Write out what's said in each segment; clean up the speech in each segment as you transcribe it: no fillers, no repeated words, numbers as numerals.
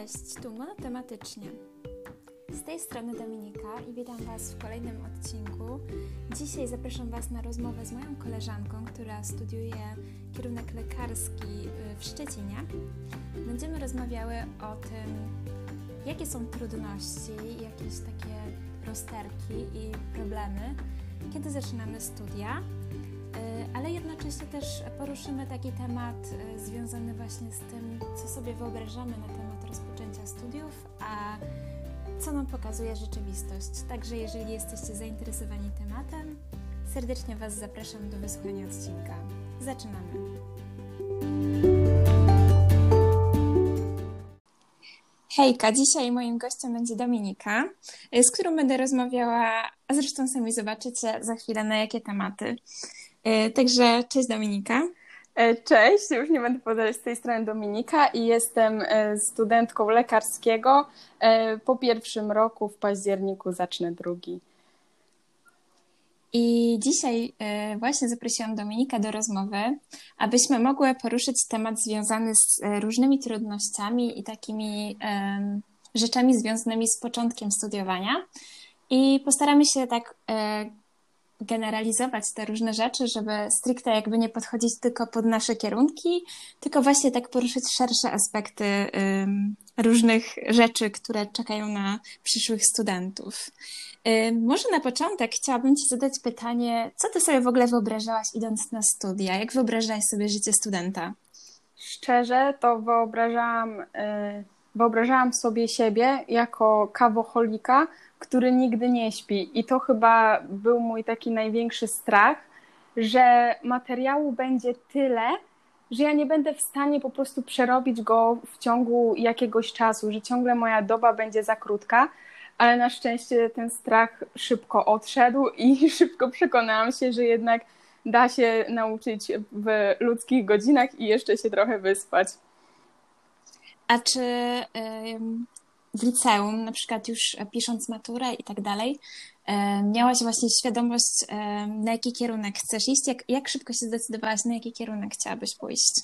Cześć, tu monotematycznie. Z tej strony Dominika i witam Was w kolejnym odcinku. Dzisiaj zapraszam Was na rozmowę z moją koleżanką, która studiuje kierunek lekarski w Szczecinie. Będziemy rozmawiały o tym, jakie są trudności, jakieś takie rozterki i problemy, kiedy zaczynamy studia, ale jednocześnie też poruszymy taki temat związany właśnie z tym, co sobie wyobrażamy na temat rozpoczęcia studiów, a co nam pokazuje rzeczywistość. Także jeżeli jesteście zainteresowani tematem, serdecznie Was zapraszam do wysłuchania odcinka. Zaczynamy! Hejka, dzisiaj moim gościem będzie Dominika, z którą będę rozmawiała, a zresztą sami zobaczycie za chwilę na jakie tematy. Także cześć Dominika. Cześć, już nie będę podać z tej strony Dominika i jestem studentką lekarskiego. Po pierwszym roku w październiku zacznę drugi. I dzisiaj właśnie zaprosiłam Dominikę do rozmowy, abyśmy mogły poruszyć temat związany z różnymi trudnościami i takimi rzeczami związanymi z początkiem studiowania. I postaramy się tak generalizować te różne rzeczy, żeby stricte jakby nie podchodzić tylko pod nasze kierunki, tylko właśnie tak poruszyć szersze aspekty różnych rzeczy, które czekają na przyszłych studentów. Może na początek chciałabym Ci zadać pytanie, co Ty sobie w ogóle wyobrażałaś idąc na studia? Jak wyobrażałaś sobie życie studenta? Szczerze to wyobrażałam sobie siebie jako kawoholika, który nigdy nie śpi. I to chyba był mój taki największy strach, że materiału będzie tyle, że ja nie będę w stanie po prostu przerobić go w ciągu jakiegoś czasu, że ciągle moja doba będzie za krótka, ale na szczęście ten strach szybko odszedł i szybko przekonałam się, że jednak da się nauczyć w ludzkich godzinach i jeszcze się trochę wyspać. A czy w liceum, na przykład już pisząc maturę i tak dalej, miałaś właśnie świadomość, na jaki kierunek chcesz iść? Jak szybko się zdecydowałaś, na jaki kierunek chciałabyś pójść?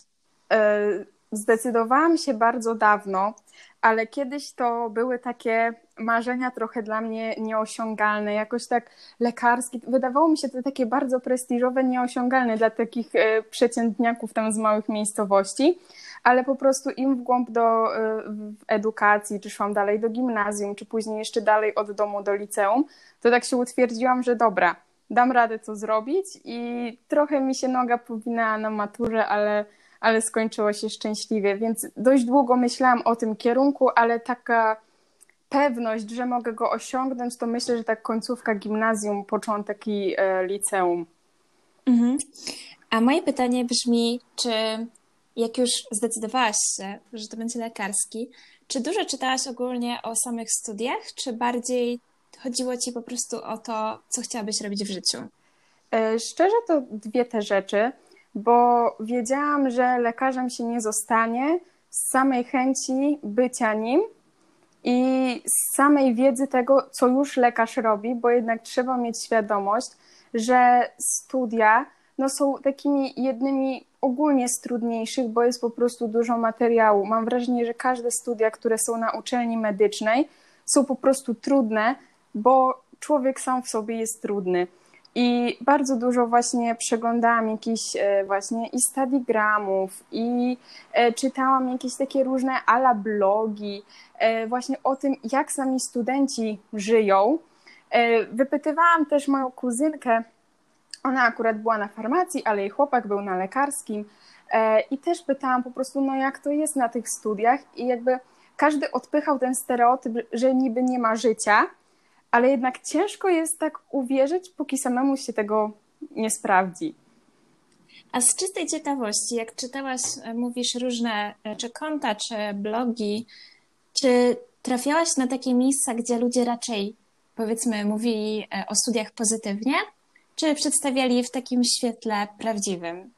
Zdecydowałam się bardzo dawno, ale kiedyś to były takie marzenia trochę dla mnie nieosiągalne, jakoś tak lekarskie. Wydawało mi się to takie bardzo prestiżowe, nieosiągalne dla takich przeciętniaków tam z małych miejscowości, ale po prostu im w głąb do edukacji, czy szłam dalej do gimnazjum, czy później jeszcze dalej od domu do liceum, to tak się utwierdziłam, że dobra, dam radę to zrobić i trochę mi się noga powinęła na maturze, ale skończyło się szczęśliwie, więc dość długo myślałam o tym kierunku, ale taka pewność, że mogę go osiągnąć, to myślę, że tak końcówka gimnazjum, początek i liceum. Mhm. A moje pytanie brzmi, czy jak już zdecydowałaś się, że to będzie lekarski, czy dużo czytałaś ogólnie o samych studiach, czy bardziej chodziło Ci po prostu o to, co chciałabyś robić w życiu? Szczerze to dwie te rzeczy, bo wiedziałam, że lekarzem się nie zostanie z samej chęci bycia nim i z samej wiedzy tego, co już lekarz robi, bo jednak trzeba mieć świadomość, że studia są takimi jednymi ogólnie z trudniejszych, bo jest po prostu dużo materiału. Mam wrażenie, że każde studia, które są na uczelni medycznej, są po prostu trudne, bo człowiek sam w sobie jest trudny. I bardzo dużo właśnie przeglądałam jakichś właśnie i studigramów i czytałam jakieś takie różne ala blogi właśnie o tym, jak sami studenci żyją. Wypytywałam też moją kuzynkę, ona akurat była na farmacji, ale jej chłopak był na lekarskim i też pytałam po prostu, jak to jest na tych studiach i jakby każdy odpychał ten stereotyp, że niby nie ma życia, ale jednak ciężko jest tak uwierzyć, póki samemu się tego nie sprawdzi. A z czystej ciekawości, jak czytałaś, mówisz, różne czy konta, czy blogi, czy trafiałaś na takie miejsca, gdzie ludzie raczej, powiedzmy, mówili o studiach pozytywnie, czy przedstawiali je w takim świetle prawdziwym?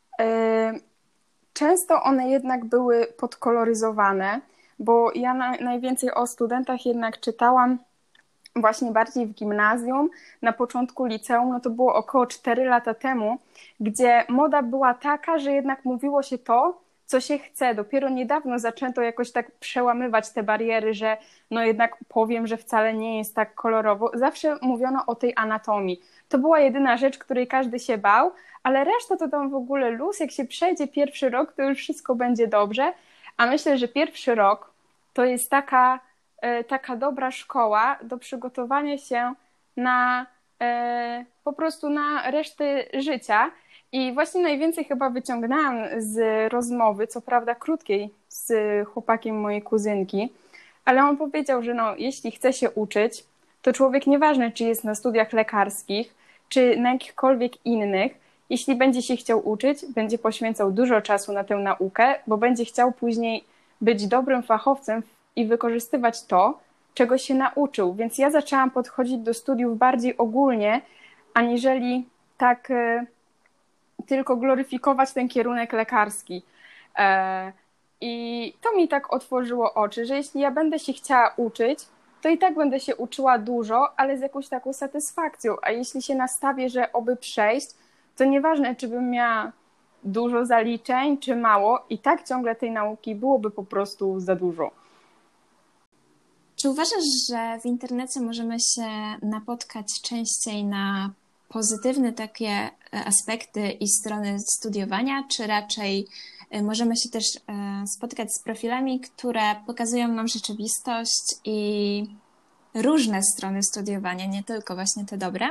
Często one jednak były podkoloryzowane, bo ja najwięcej o studentach jednak czytałam właśnie bardziej w gimnazjum, na początku liceum, to było około 4 lata temu, gdzie moda była taka, że jednak mówiło się to, co się chce. Dopiero niedawno zaczęto jakoś tak przełamywać te bariery, że no jednak powiem, że wcale nie jest tak kolorowo. Zawsze mówiono o tej anatomii. To była jedyna rzecz, której każdy się bał, ale reszta to tam w ogóle luz. Jak się przejdzie pierwszy rok, to już wszystko będzie dobrze. A myślę, że pierwszy rok to jest taka dobra szkoła do przygotowania się na po prostu na resztę życia. I właśnie najwięcej chyba wyciągnęłam z rozmowy, co prawda krótkiej, z chłopakiem mojej kuzynki, ale on powiedział, że no, jeśli chce się uczyć, to człowiek nieważne, czy jest na studiach lekarskich, czy na jakichkolwiek innych, jeśli będzie się chciał uczyć, będzie poświęcał dużo czasu na tę naukę, bo będzie chciał później być dobrym fachowcem i wykorzystywać to, czego się nauczył. Więc ja zaczęłam podchodzić do studiów bardziej ogólnie, aniżeli tak tylko gloryfikować ten kierunek lekarski. I to mi tak otworzyło oczy, że jeśli ja będę się chciała uczyć, to i tak będę się uczyła dużo, ale z jakąś taką satysfakcją. A jeśli się nastawię, że oby przejść, to nieważne, czy bym miała dużo zaliczeń, czy mało, i tak ciągle tej nauki byłoby po prostu za dużo. Czy uważasz, że w internecie możemy się napotkać częściej na pozytywne takie aspekty i strony studiowania, czy raczej możemy się też spotykać z profilami, które pokazują nam rzeczywistość i różne strony studiowania, nie tylko właśnie te dobre?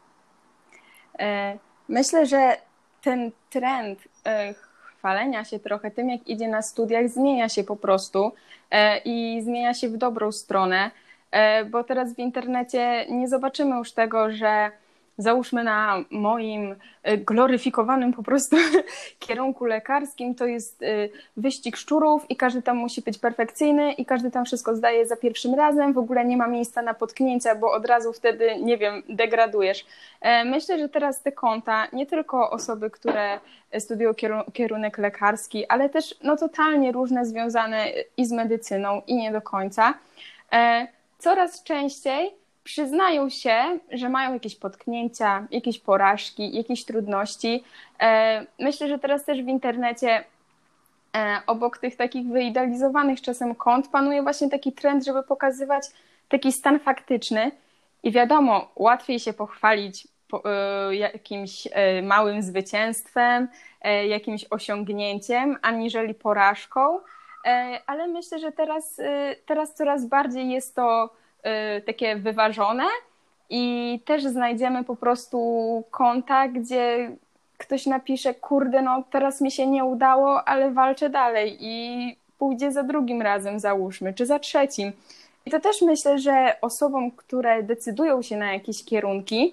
Myślę, że ten trend chwalenia się trochę tym, jak idzie na studiach, zmienia się po prostu i zmienia się w dobrą stronę, bo teraz w internecie nie zobaczymy już tego, że załóżmy na moim gloryfikowanym po prostu kierunku lekarskim to jest wyścig szczurów i każdy tam musi być perfekcyjny i każdy tam wszystko zdaje za pierwszym razem, w ogóle nie ma miejsca na potknięcia, bo od razu wtedy, nie wiem, degradujesz. Myślę, że teraz te konta, nie tylko osoby, które studiują kierunek lekarski, ale też no totalnie różne związane i z medycyną i nie do końca, coraz częściej przyznają się, że mają jakieś potknięcia, jakieś porażki, jakieś trudności. Myślę, że teraz też w internecie obok tych takich wyidealizowanych czasem kont panuje właśnie taki trend, żeby pokazywać taki stan faktyczny i wiadomo, łatwiej się pochwalić jakimś małym zwycięstwem, jakimś osiągnięciem, aniżeli porażką, ale myślę, że teraz coraz bardziej jest to takie wyważone i też znajdziemy po prostu konta, gdzie ktoś napisze, kurde, no teraz mi się nie udało, ale walczę dalej i pójdzie za drugim razem, załóżmy, czy za trzecim. I to też myślę, że osobom, które decydują się na jakieś kierunki,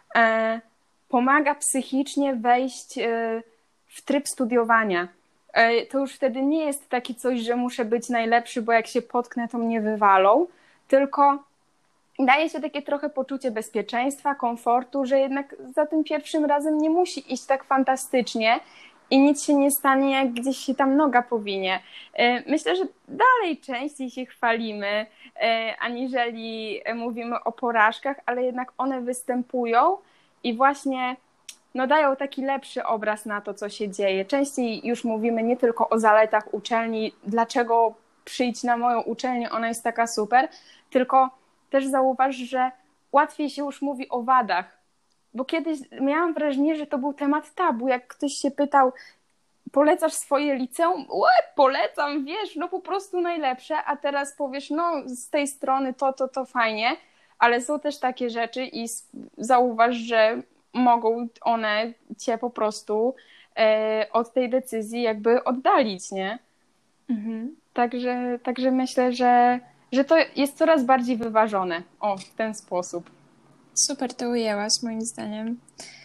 pomaga psychicznie wejść w tryb studiowania. To już wtedy nie jest takie coś, że muszę być najlepszy, bo jak się potknę, to mnie wywalą, tylko daje się takie trochę poczucie bezpieczeństwa, komfortu, że jednak za tym pierwszym razem nie musi iść tak fantastycznie i nic się nie stanie, jak gdzieś się tam noga powinie. Myślę, że dalej częściej się chwalimy, aniżeli mówimy o porażkach, ale jednak one występują i właśnie no, dają taki lepszy obraz na to, co się dzieje. Częściej już mówimy nie tylko o zaletach uczelni, dlaczego przyjdź na moją uczelnię, ona jest taka super, tylko też zauważ, że łatwiej się już mówi o wadach, bo kiedyś miałam wrażenie, że to był temat tabu, jak ktoś się pytał, polecasz swoje liceum? Polecam, wiesz, no po prostu najlepsze, a teraz powiesz, no z tej strony to fajnie, ale są też takie rzeczy i zauważ, że mogą one cię po prostu od tej decyzji jakby oddalić, nie? Mhm. Także myślę, że to jest coraz bardziej wyważone. O, w ten sposób. Super to ujęłaś, moim zdaniem.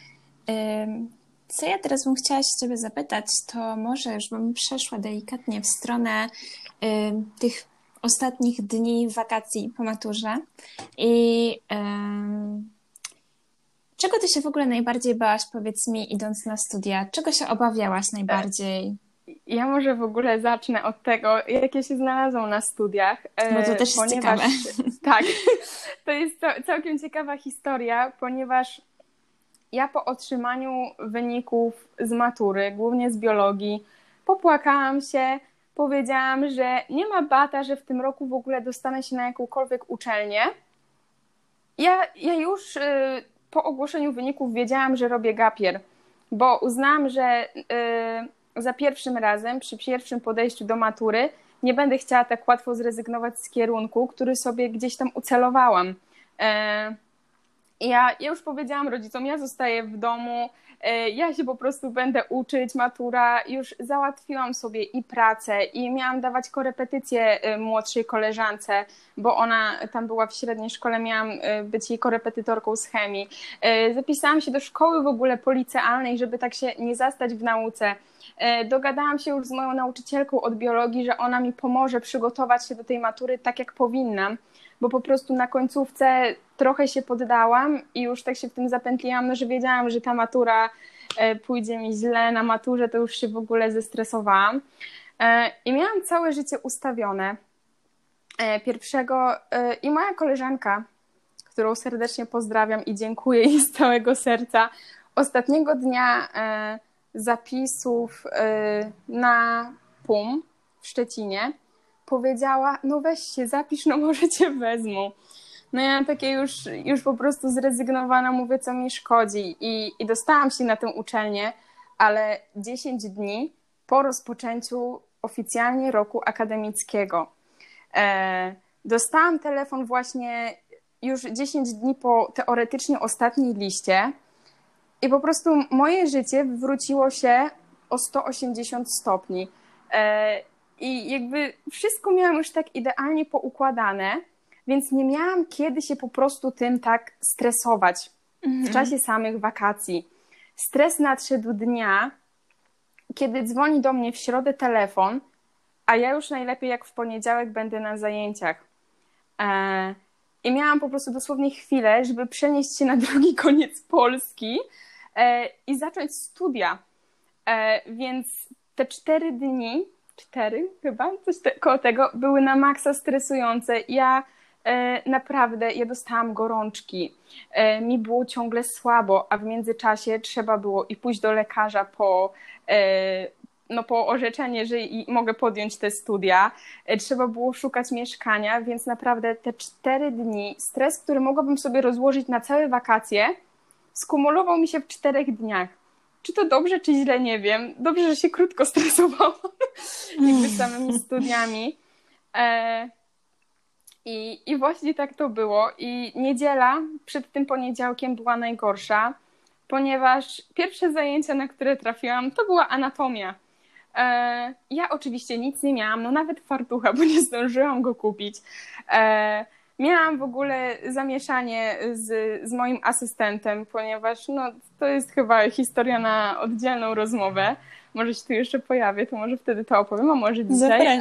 Co ja teraz bym chciała się Ciebie zapytać, to może już bym przeszła delikatnie w stronę tych ostatnich dni wakacji po maturze. I czego Ty się w ogóle najbardziej bałaś, powiedz mi, idąc na studia? Czego się obawiałaś najbardziej? Ja może w ogóle zacznę od tego, jak ja się znalazłam na studiach. No to też jest ciekawe. Tak, to jest całkiem ciekawa historia, ponieważ ja po otrzymaniu wyników z matury, głównie z biologii, popłakałam się, powiedziałam, że nie ma bata, że w tym roku w ogóle dostanę się na jakąkolwiek uczelnię. Ja już po ogłoszeniu wyników wiedziałam, że robię gap year, bo uznałam, że za pierwszym razem, przy pierwszym podejściu do matury, nie będę chciała tak łatwo zrezygnować z kierunku, który sobie gdzieś tam ucelowałam. Ja już powiedziałam rodzicom, ja zostaję w domu, ja się po prostu będę uczyć, matura, już załatwiłam sobie i pracę i miałam dawać korepetycje młodszej koleżance, bo ona tam była w średniej szkole, miałam być jej korepetytorką z chemii. Zapisałam się do szkoły w ogóle policealnej, żeby tak się nie zastać w nauce. Dogadałam się już z moją nauczycielką od biologii, że ona mi pomoże przygotować się do tej matury tak, jak powinnam, bo po prostu na końcówce trochę się poddałam i już tak się w tym zapętliłam, no, że wiedziałam, że ta matura pójdzie mi źle, na maturze to już się w ogóle zestresowałam. I miałam całe życie ustawione. I moja koleżanka, którą serdecznie pozdrawiam i dziękuję jej z całego serca, ostatniego dnia zapisów na PUM w Szczecinie powiedziała, no weź się zapisz, no może cię wezmą. No ja takie już po prostu zrezygnowana, mówię, co mi szkodzi. I dostałam się na tę uczelnię, ale 10 dni po rozpoczęciu oficjalnie roku akademickiego. Dostałam telefon właśnie już 10 dni po teoretycznie ostatniej liście i po prostu moje życie wywróciło się o 180 stopni. I jakby wszystko miałam już tak idealnie poukładane, więc nie miałam kiedy się po prostu tym tak stresować w czasie samych wakacji. Stres nadszedł dnia, kiedy dzwoni do mnie w środę telefon, a ja już najlepiej jak w poniedziałek będę na zajęciach. I miałam po prostu dosłownie chwilę, żeby przenieść się na drugi koniec Polski i zacząć studia. Więc te 4 dni, 4 chyba, koło tego, były na maksa stresujące. Ja dostałam gorączki, mi było ciągle słabo, a w międzyczasie trzeba było i pójść do lekarza po orzeczenie, że mogę podjąć te studia. Trzeba było szukać mieszkania, więc naprawdę te 4 dni, stres, który mogłabym sobie rozłożyć na całe wakacje, skumulował mi się w 4 dniach. Czy to dobrze, czy źle, nie wiem. Dobrze, że się krótko stresowałam jakby samymi studiami. I właśnie tak to było. I niedziela przed tym poniedziałkiem była najgorsza, ponieważ pierwsze zajęcia, na które trafiłam, to była anatomia. Ja oczywiście nic nie miałam, no nawet fartucha, bo nie zdążyłam go kupić. Miałam w ogóle zamieszanie z moim asystentem, ponieważ no, to jest chyba historia na oddzielną rozmowę. Może się tu jeszcze pojawię, to może wtedy to opowiem, a może dzisiaj.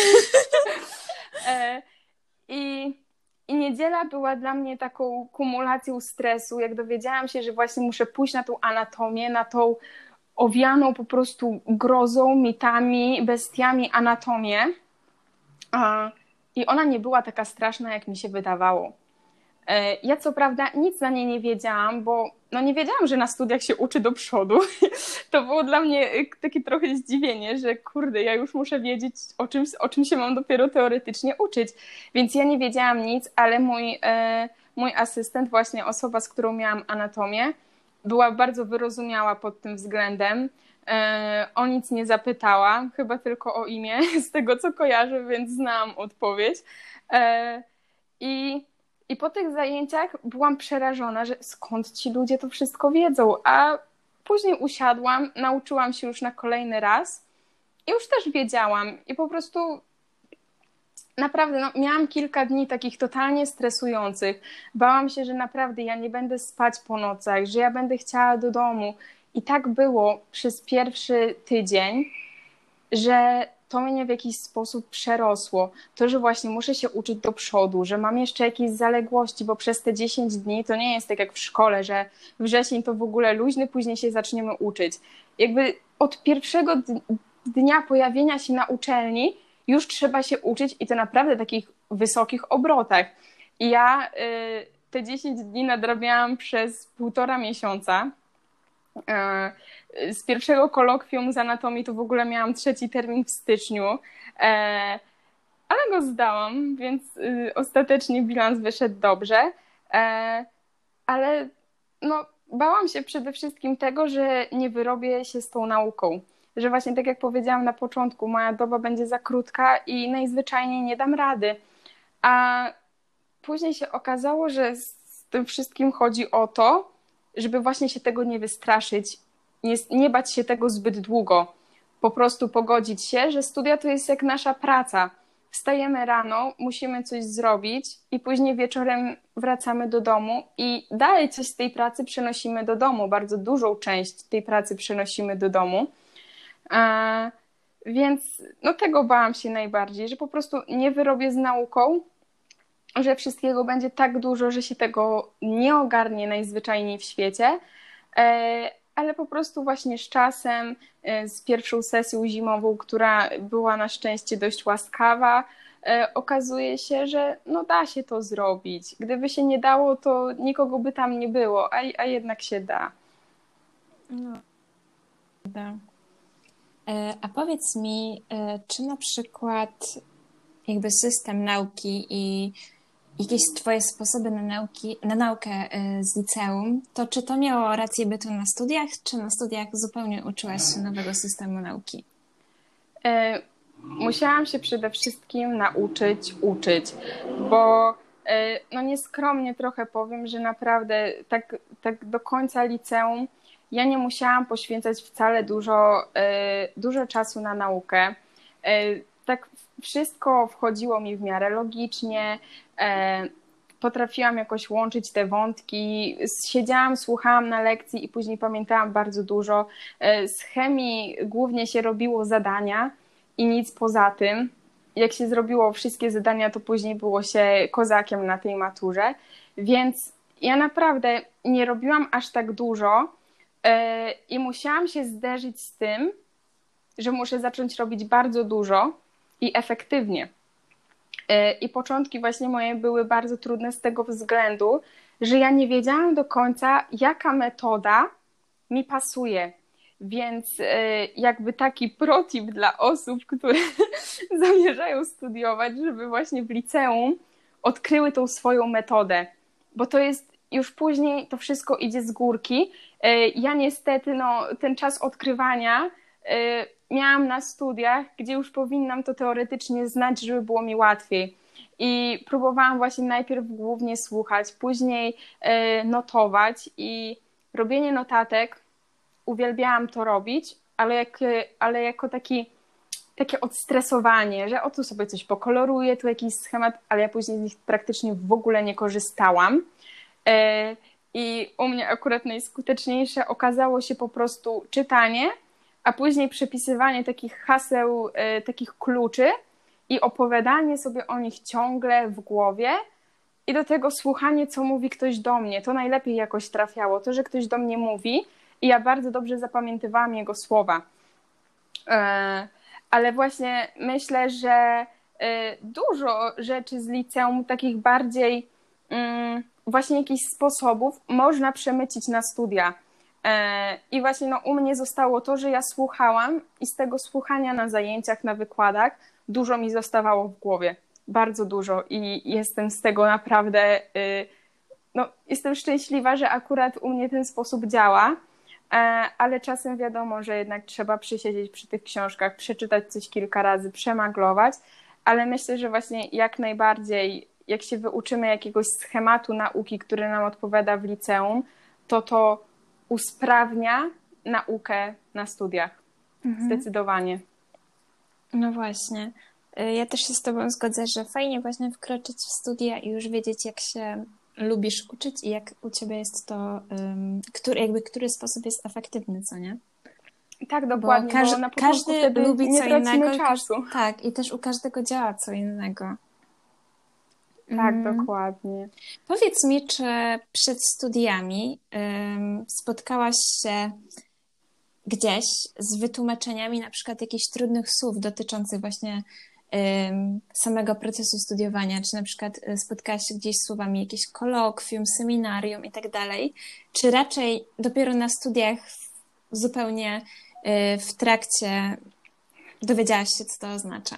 I niedziela była dla mnie taką kumulacją stresu, jak dowiedziałam się, że właśnie muszę pójść na tą anatomię, na tą owianą po prostu grozą, mitami, bestiami anatomię. I ona nie była taka straszna, jak mi się wydawało. Ja co prawda nic na niej nie wiedziałam, bo no nie wiedziałam, że na studiach się uczy do przodu. To było dla mnie takie trochę zdziwienie, że kurde, ja już muszę wiedzieć o czym się mam dopiero teoretycznie uczyć. Więc ja nie wiedziałam nic, ale mój asystent, właśnie osoba, z którą miałam anatomię, była bardzo wyrozumiała pod tym względem. O nic nie zapytała, chyba tylko o imię, z tego co kojarzę, więc znałam odpowiedź. I po tych zajęciach byłam przerażona, że skąd ci ludzie to wszystko wiedzą, a później usiadłam, nauczyłam się już na kolejny raz i już też wiedziałam i po prostu naprawdę no, miałam kilka dni takich totalnie stresujących. Bałam się, że naprawdę ja nie będę spać po nocach, że ja będę chciała do domu. I tak było przez pierwszy tydzień, że to mnie w jakiś sposób przerosło. To, że właśnie muszę się uczyć do przodu, że mam jeszcze jakieś zaległości, bo przez te 10 dni to nie jest tak jak w szkole, że wrzesień to w ogóle luźny, później się zaczniemy uczyć. Jakby od pierwszego dnia pojawienia się na uczelni już trzeba się uczyć i to naprawdę w takich wysokich obrotach. I ja te 10 dni nadrabiałam przez 1,5 miesiąca. Z pierwszego kolokwium z anatomii to w ogóle miałam 3. termin w styczniu, ale go zdałam, więc ostatecznie bilans wyszedł dobrze. Ale no, bałam się przede wszystkim tego, że nie wyrobię się z tą nauką. Że właśnie tak jak powiedziałam na początku, moja doba będzie za krótka i najzwyczajniej nie dam rady. A później się okazało, że z tym wszystkim chodzi o to, żeby właśnie się tego nie wystraszyć, nie bać się tego zbyt długo. Po prostu pogodzić się, że studia to jest jak nasza praca. Wstajemy rano, musimy coś zrobić i później wieczorem wracamy do domu i dalej coś z tej pracy przenosimy do domu. Bardzo dużą część tej pracy przenosimy do domu. Więc no tego bałam się najbardziej, że po prostu nie wyrobię z nauką, że wszystkiego będzie tak dużo, że się tego nie ogarnie najzwyczajniej w świecie, ale po prostu właśnie z czasem, z pierwszą sesją zimową, która była na szczęście dość łaskawa, okazuje się, że no da się to zrobić. Gdyby się nie dało, to nikogo by tam nie było, a jednak się da. No, da. A powiedz mi, czy na przykład jakby system nauki i jakieś twoje sposoby na naukę z liceum, to czy to miało rację bytu na studiach, czy na studiach zupełnie uczyłaś się nowego systemu nauki? Musiałam się przede wszystkim nauczyć uczyć, bo no nieskromnie trochę powiem, że naprawdę tak do końca liceum ja nie musiałam poświęcać wcale dużo czasu na naukę. Tak wszystko wchodziło mi w miarę logicznie, potrafiłam jakoś łączyć te wątki, siedziałam, słuchałam na lekcji i później pamiętałam bardzo dużo. Z chemii głównie się robiło zadania i nic poza tym. Jak się zrobiło wszystkie zadania, to później było się kozakiem na tej maturze, więc ja naprawdę nie robiłam aż tak dużo i musiałam się zderzyć z tym, że muszę zacząć robić bardzo dużo i efektywnie. I początki właśnie moje były bardzo trudne z tego względu, że ja nie wiedziałam do końca, jaka metoda mi pasuje. Więc jakby taki protip dla osób, które zamierzają studiować, żeby właśnie w liceum odkryły tą swoją metodę. Bo to jest już później, to wszystko idzie z górki. Ja niestety ten czas odkrywania miałam na studiach, gdzie już powinnam to teoretycznie znać, żeby było mi łatwiej. I próbowałam właśnie najpierw głównie słuchać, później notować i robienie notatek, uwielbiałam to robić, ale jako takie odstresowanie, że o tu sobie coś pokoloruję, tu jakiś schemat, ale ja później z nich praktycznie w ogóle nie korzystałam. I u mnie akurat najskuteczniejsze okazało się po prostu czytanie, a później przepisywanie takich haseł, takich kluczy i opowiadanie sobie o nich ciągle w głowie i do tego słuchanie, co mówi ktoś do mnie. To najlepiej jakoś trafiało. To, że ktoś do mnie mówi i ja bardzo dobrze zapamiętywałam jego słowa. Ale właśnie myślę, że dużo rzeczy z liceum, takich bardziej właśnie jakichś sposobów można przemycić na studia. I właśnie u mnie zostało to, że ja słuchałam i z tego słuchania na zajęciach, na wykładach dużo mi zostawało w głowie. Bardzo dużo i jestem z tego naprawdę, jestem szczęśliwa, że akurat u mnie ten sposób działa, ale czasem wiadomo, że jednak trzeba przysiedzieć przy tych książkach, przeczytać coś kilka razy, przemaglować, ale myślę, że właśnie jak najbardziej, jak się wyuczymy jakiegoś schematu nauki, który nam odpowiada w liceum, to usprawnia naukę na studiach. Zdecydowanie. No właśnie. Ja też się z tobą zgodzę, że fajnie właśnie wkroczyć w studia i już wiedzieć, jak się lubisz uczyć i jak u ciebie jest to, który sposób jest efektywny, co nie? Tak, dokładnie, bo na początku każdy lubi nie co innego. Czasu. Tak, i też u każdego działa co innego. Tak, dokładnie. Powiedz mi, czy przed studiami spotkałaś się gdzieś z wytłumaczeniami na przykład jakichś trudnych słów dotyczących właśnie samego procesu studiowania, czy na przykład spotkałaś się gdzieś z słowami jakieś kolokwium, seminarium i tak dalej, czy raczej dopiero na studiach zupełnie w trakcie dowiedziałaś się, co to oznacza?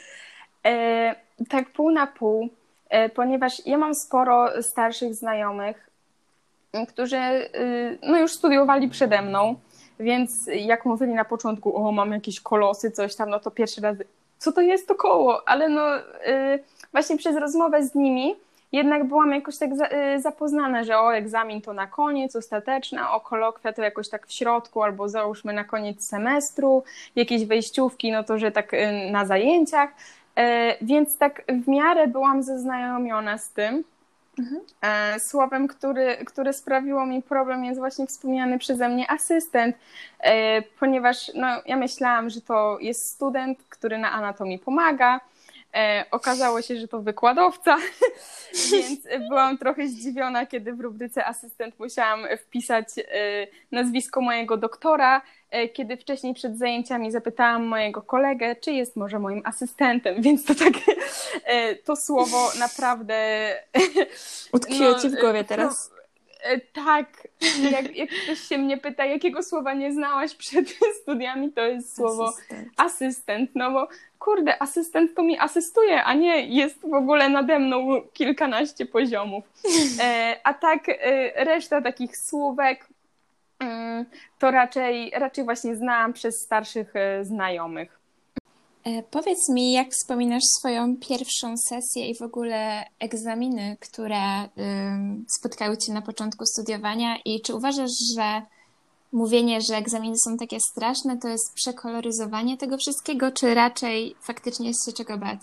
Tak pół na pół, ponieważ ja mam sporo starszych znajomych, którzy no już studiowali przede mną, więc jak mówili na początku, mam jakieś kolosy, coś tam, no to pierwszy raz, co to jest to koło? Ale no właśnie przez rozmowę z nimi jednak byłam jakoś tak zapoznana, że egzamin to na koniec, ostateczna, kolokwia to jakoś tak w środku, albo załóżmy na koniec semestru, jakieś wejściówki, no to że tak na zajęciach, więc tak w miarę byłam zaznajomiona z tym. Słowem, które sprawiło mi problem, jest właśnie wspomniany przeze mnie asystent, ponieważ no, ja myślałam, że to jest student, który na anatomii pomaga. Okazało się, że to wykładowca, więc byłam trochę zdziwiona, kiedy w rubryce asystent musiałam wpisać nazwisko mojego doktora, kiedy wcześniej przed zajęciami zapytałam mojego kolegę, czy jest może moim asystentem, więc to tak, to słowo naprawdę... Utkwiło ci w głowie teraz? Tak, jak ktoś się mnie pyta, jakiego słowa nie znałaś przed studiami, to jest słowo asystent, no bo kurde, asystent to mi asystuje, a nie jest w ogóle nade mną kilkanaście poziomów. A tak reszta takich słówek to raczej właśnie znałam przez starszych znajomych. Powiedz mi, jak wspominasz swoją pierwszą sesję i w ogóle egzaminy, które spotkały cię na początku studiowania i czy uważasz, że mówienie, że egzaminy są takie straszne, to jest przekoloryzowanie tego wszystkiego, czy raczej faktycznie jest się czego bać?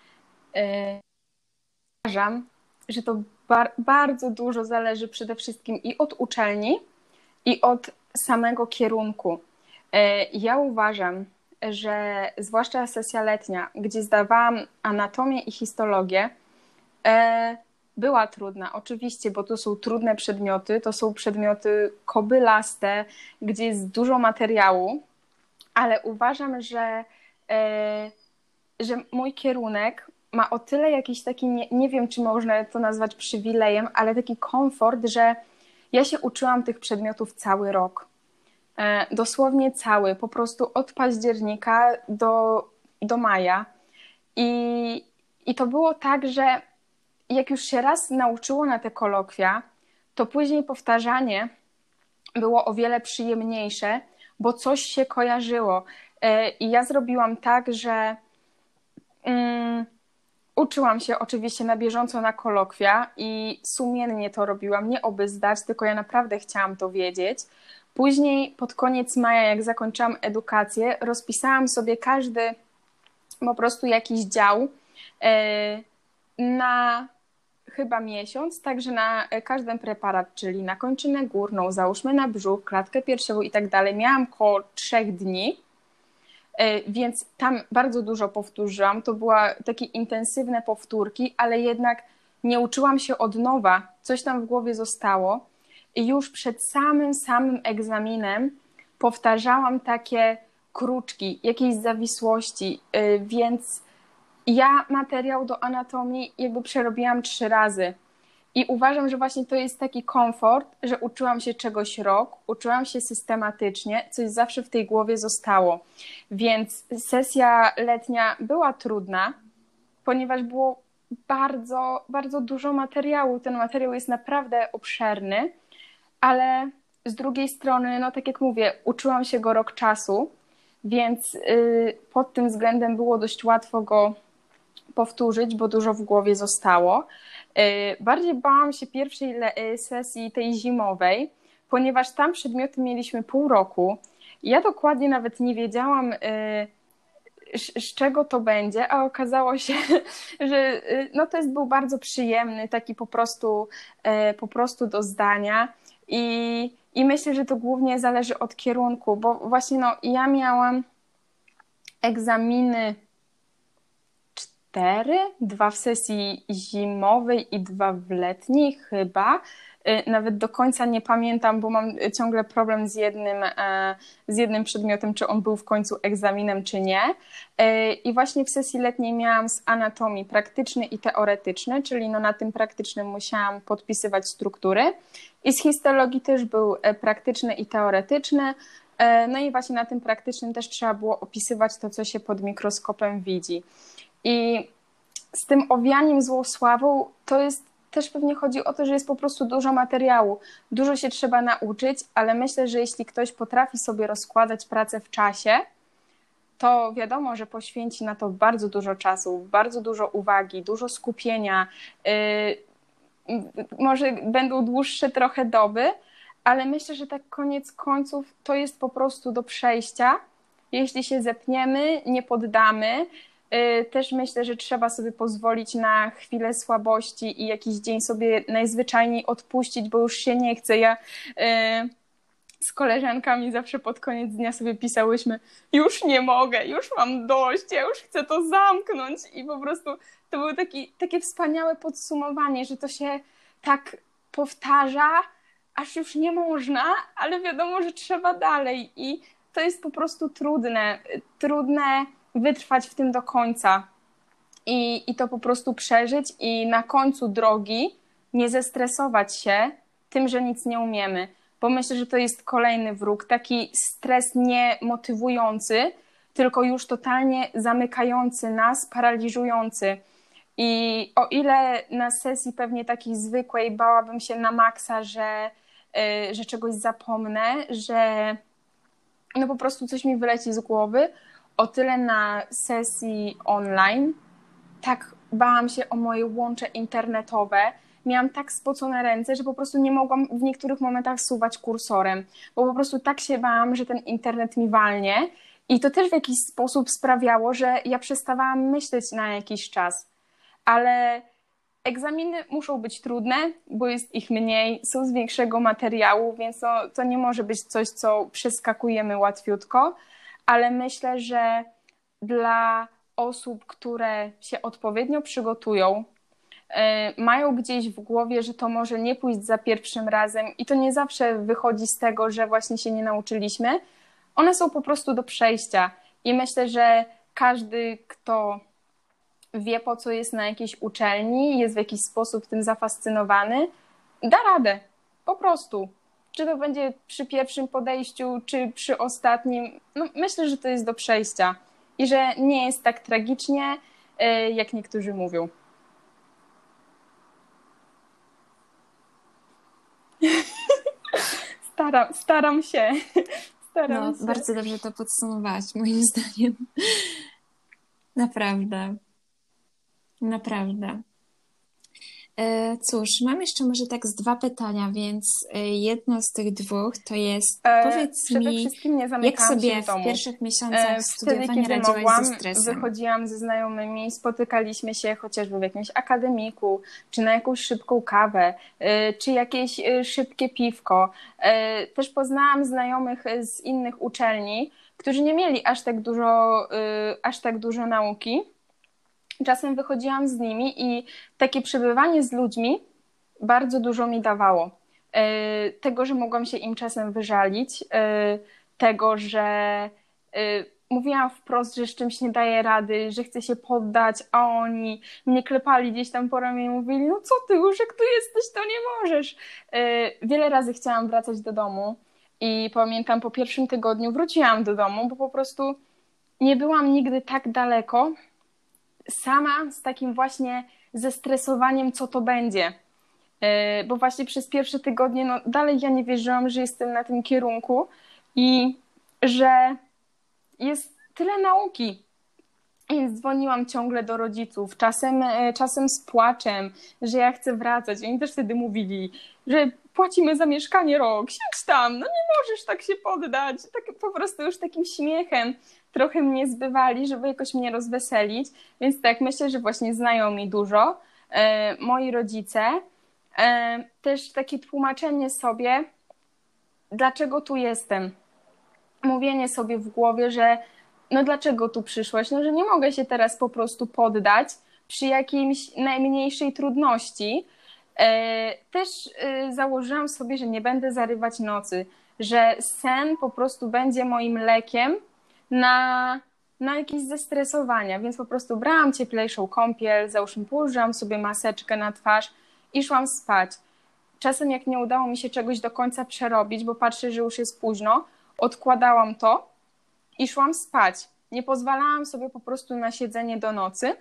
Uważam, że to bardzo dużo zależy przede wszystkim i od uczelni, i od samego kierunku. Ja uważam, że zwłaszcza sesja letnia, gdzie zdawałam anatomię i histologię, była trudna, oczywiście, bo to są trudne przedmioty, to są przedmioty kobylaste, gdzie jest dużo materiału, ale uważam, że mój kierunek ma o tyle jakiś taki, nie wiem, czy można to nazwać przywilejem, ale taki komfort, że ja się uczyłam tych przedmiotów cały rok. Dosłownie cały, po prostu od października do maja. I to było tak, że jak już się raz nauczyło na te kolokwia, to później powtarzanie było o wiele przyjemniejsze, bo coś się kojarzyło. I ja zrobiłam tak, że uczyłam się oczywiście na bieżąco na kolokwia i sumiennie to robiłam, nie oby zdać, tylko ja naprawdę chciałam to wiedzieć. Później pod koniec maja, jak zakończyłam edukację, rozpisałam sobie każdy po prostu jakiś dział na chyba miesiąc, także na każdy preparat, czyli na kończynę górną, załóżmy na brzuch, klatkę piersiową i tak dalej. Miałam około 3 dni, więc tam bardzo dużo powtórzyłam. To były takie intensywne powtórki, ale jednak nie uczyłam się od nowa. Coś tam w głowie zostało. I już przed samym egzaminem powtarzałam takie kruczki, jakieś zawisłości, więc ja materiał do anatomii jakby przerobiłam 3 razy. I uważam, że właśnie to jest taki komfort, że uczyłam się czegoś rok, uczyłam się systematycznie, coś zawsze w tej głowie zostało. Więc sesja letnia była trudna, ponieważ było bardzo, bardzo dużo materiału. Ten materiał jest naprawdę obszerny, ale z drugiej strony, no tak jak mówię, uczyłam się go rok czasu, więc pod tym względem było dość łatwo go powtórzyć, bo dużo w głowie zostało. Bardziej bałam się pierwszej sesji tej zimowej, ponieważ tam przedmioty mieliśmy pół roku. Ja dokładnie nawet nie wiedziałam, z czego to będzie, a okazało się, że no test był bardzo przyjemny, taki po prostu do zdania i myślę, że to głównie zależy od kierunku, bo właśnie no ja miałam egzaminy 4, 2 w sesji zimowej i 2 w letniej chyba. Nawet do końca nie pamiętam, bo mam ciągle problem z jednym przedmiotem, czy on był w końcu egzaminem, czy nie. I właśnie w sesji letniej miałam z anatomii praktyczny i teoretyczny, czyli no na tym praktycznym musiałam podpisywać struktury. I z histologii też był praktyczny i teoretyczny. No i właśnie na tym praktycznym też trzeba było opisywać to, co się pod mikroskopem widzi. I z tym owianiem złą sławą to jest też pewnie chodzi o to, że jest po prostu dużo materiału. Dużo się trzeba nauczyć, ale myślę, że jeśli ktoś potrafi sobie rozkładać pracę w czasie, to wiadomo, że poświęci na to bardzo dużo czasu, bardzo dużo uwagi, dużo skupienia. Może będą dłuższe trochę doby, ale myślę, że tak koniec końców to jest po prostu do przejścia. Jeśli się zepniemy, nie poddamy. Też myślę, że trzeba sobie pozwolić na chwilę słabości i jakiś dzień sobie najzwyczajniej odpuścić, bo już się nie chce. Ja z koleżankami zawsze pod koniec dnia sobie pisałyśmy: już nie mogę, już mam dość, ja już chcę to zamknąć. I po prostu to było takie wspaniałe podsumowanie, że to się tak powtarza, aż już nie można, ale wiadomo, że trzeba dalej. I to jest po prostu trudne wytrwać w tym do końca i to po prostu przeżyć i na końcu drogi nie zestresować się tym, że nic nie umiemy. Bo myślę, że to jest kolejny wróg, taki stres nie motywujący, tylko już totalnie zamykający nas, paraliżujący. I o ile na sesji pewnie takiej zwykłej bałabym się na maksa, że czegoś zapomnę, że no po prostu coś mi wyleci z głowy, o tyle na sesji online tak bałam się o moje łącze internetowe. Miałam tak spocone ręce, że po prostu nie mogłam w niektórych momentach suwać kursorem, bo po prostu tak się bałam, że ten internet mi walnie. I to też w jakiś sposób sprawiało, że ja przestawałam myśleć na jakiś czas. Ale egzaminy muszą być trudne, bo jest ich mniej, są z większego materiału, więc to nie może być coś, co przeskakujemy łatwiutko. Ale myślę, że dla osób, które się odpowiednio przygotują, mają gdzieś w głowie, że to może nie pójść za pierwszym razem i to nie zawsze wychodzi z tego, że właśnie się nie nauczyliśmy. One są po prostu do przejścia i myślę, że każdy, kto wie, po co jest na jakiejś uczelni, jest w jakiś sposób tym zafascynowany, da radę, po prostu. Czy to będzie przy pierwszym podejściu, czy przy ostatnim, no myślę, że to jest do przejścia i że nie jest tak tragicznie, jak niektórzy mówią. Staram się. Bardzo dobrze to podsumowałaś, moim zdaniem. Naprawdę. Naprawdę. Cóż, mam jeszcze może tak z 2 pytania, więc jedno z tych 2 to jest, powiedz mi, jak sobie w pierwszych miesiącach studiowania radziłaś ze stresem? Wychodziłam ze znajomymi, spotykaliśmy się chociażby w jakimś akademiku, czy na jakąś szybką kawę, czy jakieś szybkie piwko. Też poznałam znajomych z innych uczelni, którzy nie mieli aż tak dużo nauki. Czasem wychodziłam z nimi i takie przebywanie z ludźmi bardzo dużo mi dawało. Tego, że mogłam się im czasem wyżalić, tego, że mówiłam wprost, że z czymś nie daję rady, że chcę się poddać, a oni mnie klepali gdzieś tam po ramieniu i mówili: no co ty, już jak tu jesteś, to nie możesz. Wiele razy chciałam wracać do domu i pamiętam, po pierwszym tygodniu wróciłam do domu, bo po prostu nie byłam nigdy tak daleko sama z takim właśnie zestresowaniem, co to będzie. Bo właśnie przez pierwsze tygodnie dalej ja nie wierzyłam, że jestem na tym kierunku i że jest tyle nauki. Więc dzwoniłam ciągle do rodziców, czasem z płaczem, że ja chcę wracać. Oni też wtedy mówili, że płacimy za mieszkanie rok, siedź tam, no nie możesz tak się poddać. Tak po prostu już takim śmiechem trochę mnie zbywali, żeby jakoś mnie rozweselić. Więc tak, myślę, że właśnie znają mi dużo. Moi rodzice. Też takie tłumaczenie sobie, dlaczego tu jestem. Mówienie sobie w głowie, że no dlaczego tu przyszłaś? No, że nie mogę się teraz po prostu poddać przy jakiejś najmniejszej trudności. Też założyłam sobie, że nie będę zarywać nocy, że sen po prostu będzie moim lekiem na jakieś zestresowania, więc po prostu brałam cieplejszą kąpiel, załóżmy położyłam sobie maseczkę na twarz i szłam spać. Czasem jak nie udało mi się czegoś do końca przerobić, bo patrzę, że już jest późno, odkładałam to i szłam spać. Nie pozwalałam sobie po prostu na siedzenie do nocy.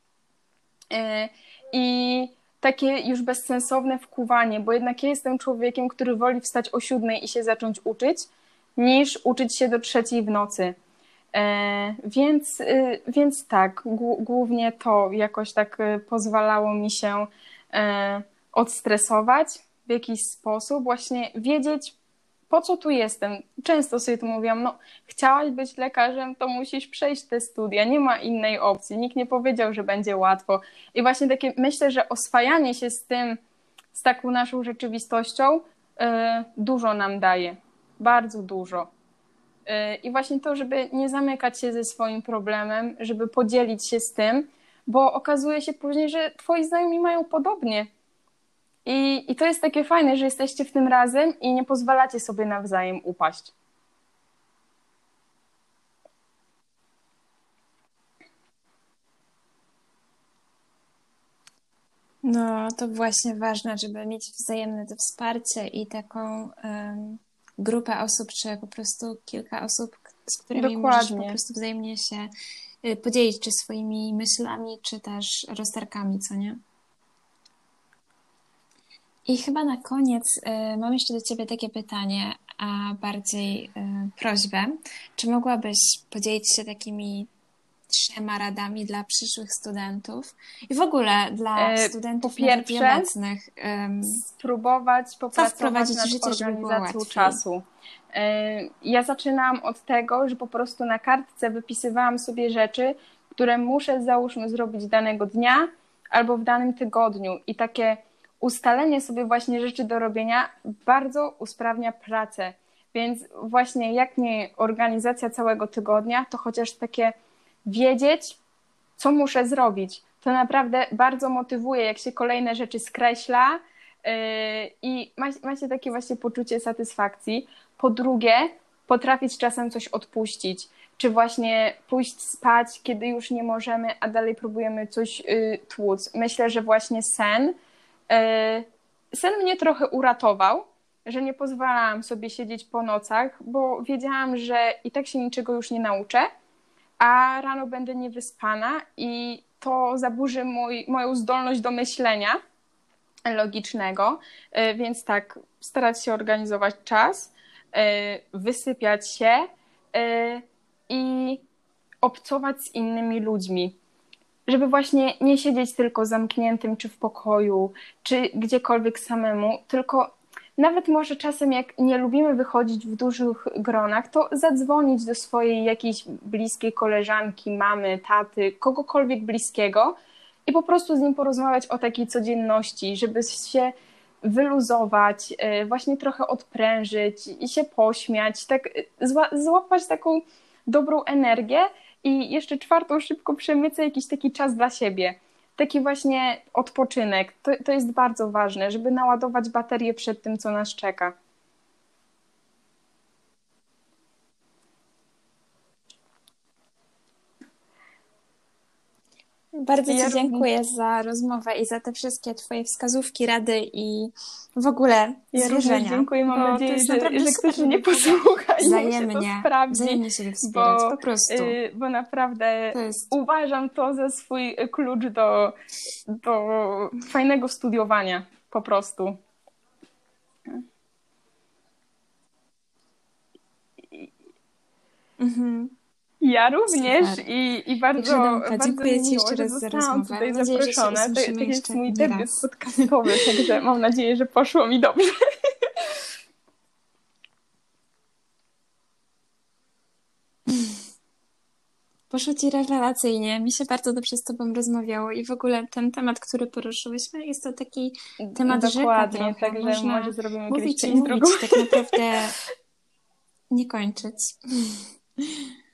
I takie już bezsensowne wkuwanie, bo jednak ja jestem człowiekiem, który woli wstać o 7 i się zacząć uczyć, niż uczyć się do 3 w nocy. Więc tak, głównie to jakoś tak pozwalało mi się odstresować w jakiś sposób, właśnie wiedzieć, po co tu jestem. Często sobie tu mówiłam, no chciałaś być lekarzem, to musisz przejść te studia, nie ma innej opcji, nikt nie powiedział, że będzie łatwo. I właśnie takie, myślę, że oswajanie się z tym, z taką naszą rzeczywistością dużo nam daje, bardzo dużo. I właśnie to, żeby nie zamykać się ze swoim problemem, żeby podzielić się z tym, bo okazuje się później, że twoi znajomi mają podobnie. I to jest takie fajne, że jesteście w tym razem i nie pozwalacie sobie nawzajem upaść. No, to właśnie ważne, żeby mieć wzajemne to wsparcie i taką grupę osób, czy po prostu kilka osób, z którymi możesz po Dokładnie. prostu wzajemnie się podzielić, czy swoimi myślami, czy też rozterkami, co nie? I chyba na koniec mam jeszcze do Ciebie takie pytanie, a bardziej prośbę. Czy mogłabyś podzielić się takimi 3 radami dla przyszłych studentów i w ogóle dla Po studentów nawet i pierwsze, obecnych? spróbować popracować wprowadzić w nad życie, żeby było organizacją łatwiej? czasu. Ja zaczynałam od tego, że po prostu na kartce wypisywałam sobie rzeczy, które muszę, załóżmy, zrobić danego dnia albo w danym tygodniu. I takie ustalenie sobie właśnie rzeczy do robienia bardzo usprawnia pracę. Więc właśnie jak nie organizacja całego tygodnia, to chociaż takie wiedzieć, co muszę zrobić. To naprawdę bardzo motywuje, jak się kolejne rzeczy skreśla i macie takie właśnie poczucie satysfakcji. Po drugie, potrafić czasem coś odpuścić, czy właśnie pójść spać, kiedy już nie możemy, a dalej próbujemy coś tłuc. Myślę, że właśnie sen mnie trochę uratował, że nie pozwalałam sobie siedzieć po nocach, bo wiedziałam, że i tak się niczego już nie nauczę, a rano będę niewyspana i to zaburzy moją zdolność do myślenia logicznego, więc tak, starać się organizować czas, wysypiać się i obcować z innymi ludźmi, żeby właśnie nie siedzieć tylko zamkniętym, czy w pokoju, czy gdziekolwiek samemu, tylko nawet może czasem jak nie lubimy wychodzić w dużych gronach, to zadzwonić do swojej jakiejś bliskiej koleżanki, mamy, taty, kogokolwiek bliskiego i po prostu z nim porozmawiać o takiej codzienności, żeby się wyluzować, właśnie trochę odprężyć i się pośmiać, tak złapać taką dobrą energię i jeszcze 4. szybko przemycę jakiś taki czas dla siebie. Taki właśnie odpoczynek. To jest bardzo ważne, żeby naładować baterię przed tym, co nas czeka. Bardzo Ja Ci dziękuję za rozmowę i za te wszystkie Twoje wskazówki, rady i w ogóle zwierzenia. Dziękuję, mam bo to nadzieję, jest że naprawdę ktoś super, mnie żeby posłucha i mu się to wzajemnie sprawdzi, siebie wspierać, po prostu. bo naprawdę To jest uważam to za swój klucz do fajnego studiowania, po prostu. Ja również super. i bardzo, Także Domka, bardzo dziękuję mi Ci miło, jeszcze że raz za zostałam rozmowę. tutaj Mam nadzieję, że się zaproszona. To usłyszymy jest jeszcze mój nie debiut raz. podcastowy, także mam nadzieję, że poszło mi dobrze. Poszło Ci rewelacyjnie. Mi się bardzo dobrze z Tobą rozmawiało i w ogóle ten temat, który poruszyłyśmy, jest to taki temat rzeka Dokładnie, trochę. także Można może zrobimy kiedyś mówić i część drugą. mówić, tak naprawdę nie kończyć.